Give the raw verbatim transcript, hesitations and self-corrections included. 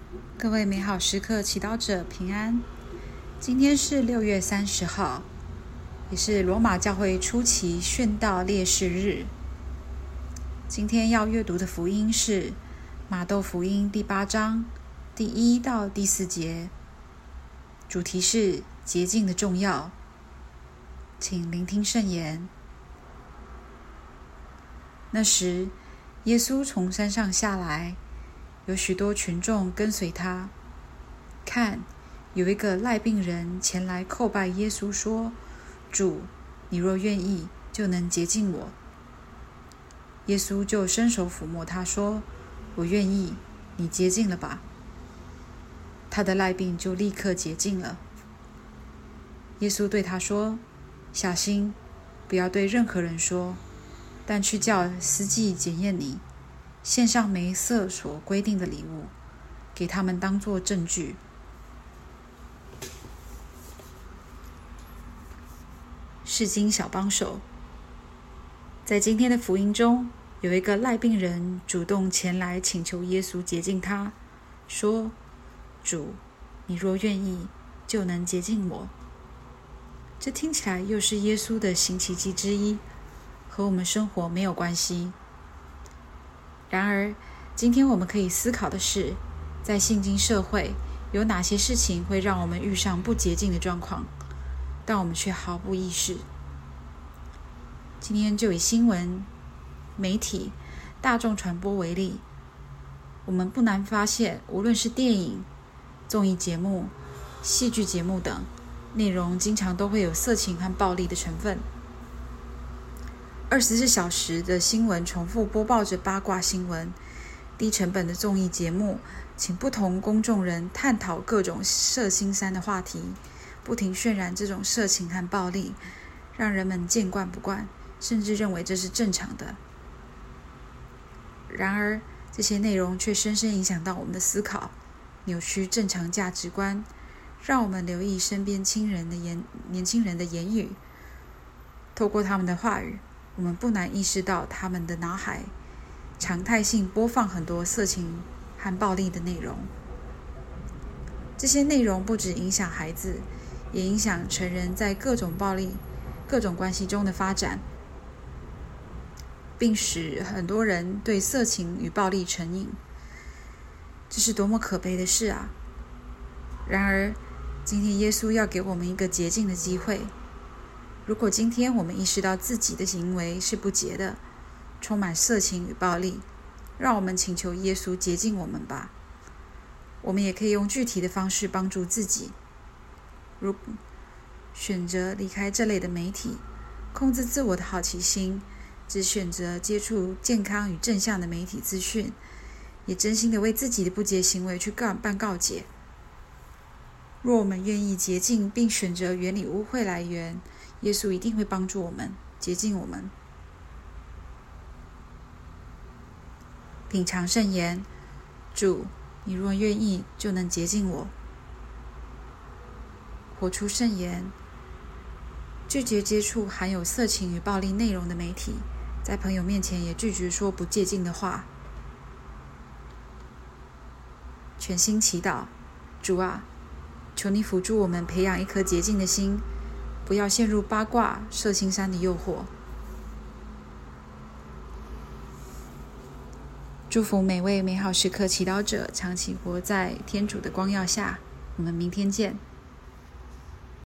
各位美好时刻祈祷者平安。今天是六月三十号，也是罗马教会初期宣道烈士日。今天要阅读的福音是马窦福音第八章第一到第四节，主题是洁净的重要。请聆听圣言。那时，耶稣从山上下来，有许多群众跟随他。看，有一个癩病人前来叩拜耶稣，说：“主，你若愿意，就能洁净我。”耶稣就伸手抚摸他，说：“我愿意，你洁净了吧。”他的癩病就立刻洁净了。耶稣对他说：“小心，不要对任何人说，但去叫司祭检验你，献上梅瑟所规定的礼物，给他们当作证据。”释经小帮手。在今天的福音中，有一个癩病人主动前来请求耶稣洁净他，说：“主，你若愿意，就能洁净我。”这听起来又是耶稣的行奇迹之一，和我们生活没有关系。然而，今天我们可以思考的是，在现今社会，有哪些事情会让我们遇上不洁净的状况，但我们却毫不意识。今天就以新闻、媒体、大众传播为例，我们不难发现，无论是电影、综艺节目、戏剧节目等，内容经常都会有色情和暴力的成分。二十四小时的新闻重复播报着八卦新闻，低成本的综艺节目请不同公众人探讨各种色腥膻的话题，不停渲染这种色情和暴力，让人们见惯不惯，甚至认为这是正常的。然而，这些内容却深深影响到我们的思考，扭曲正常价值观，让我们留意身边亲人的言年轻人的言语。透过他们的话语，我们不难意识到他们的脑海常态性播放很多色情和暴力的内容。这些内容不只影响孩子，也影响成人在各种暴力、各种关系中的发展，并使很多人对色情与暴力成瘾。这是多么可悲的事啊！然而，今天耶稣要给我们一个洁净的机会。如果今天我们意识到自己的行为是不洁的，充满色情与暴力，让我们请求耶稣洁净我们吧。我们也可以用具体的方式帮助自己，如选择离开这类的媒体，控制自我的好奇心，只选择接触健康与正向的媒体资讯，也真心的为自己的不洁行为去办告解。若我们愿意洁净并选择远离污秽来源，耶稣一定会帮助我们洁净我们。品尝圣言。主，你若愿意，就能洁净我。活出圣言。拒绝接触含有色情与暴力内容的媒体，在朋友面前也拒绝说不洁净的话。全心祈祷。主啊，求你辅助我们培养一颗洁净的心，不要陷入八卦、色腥膻的诱惑。祝福每位美好时刻祈祷者长期活在天主的光耀下。我们明天见。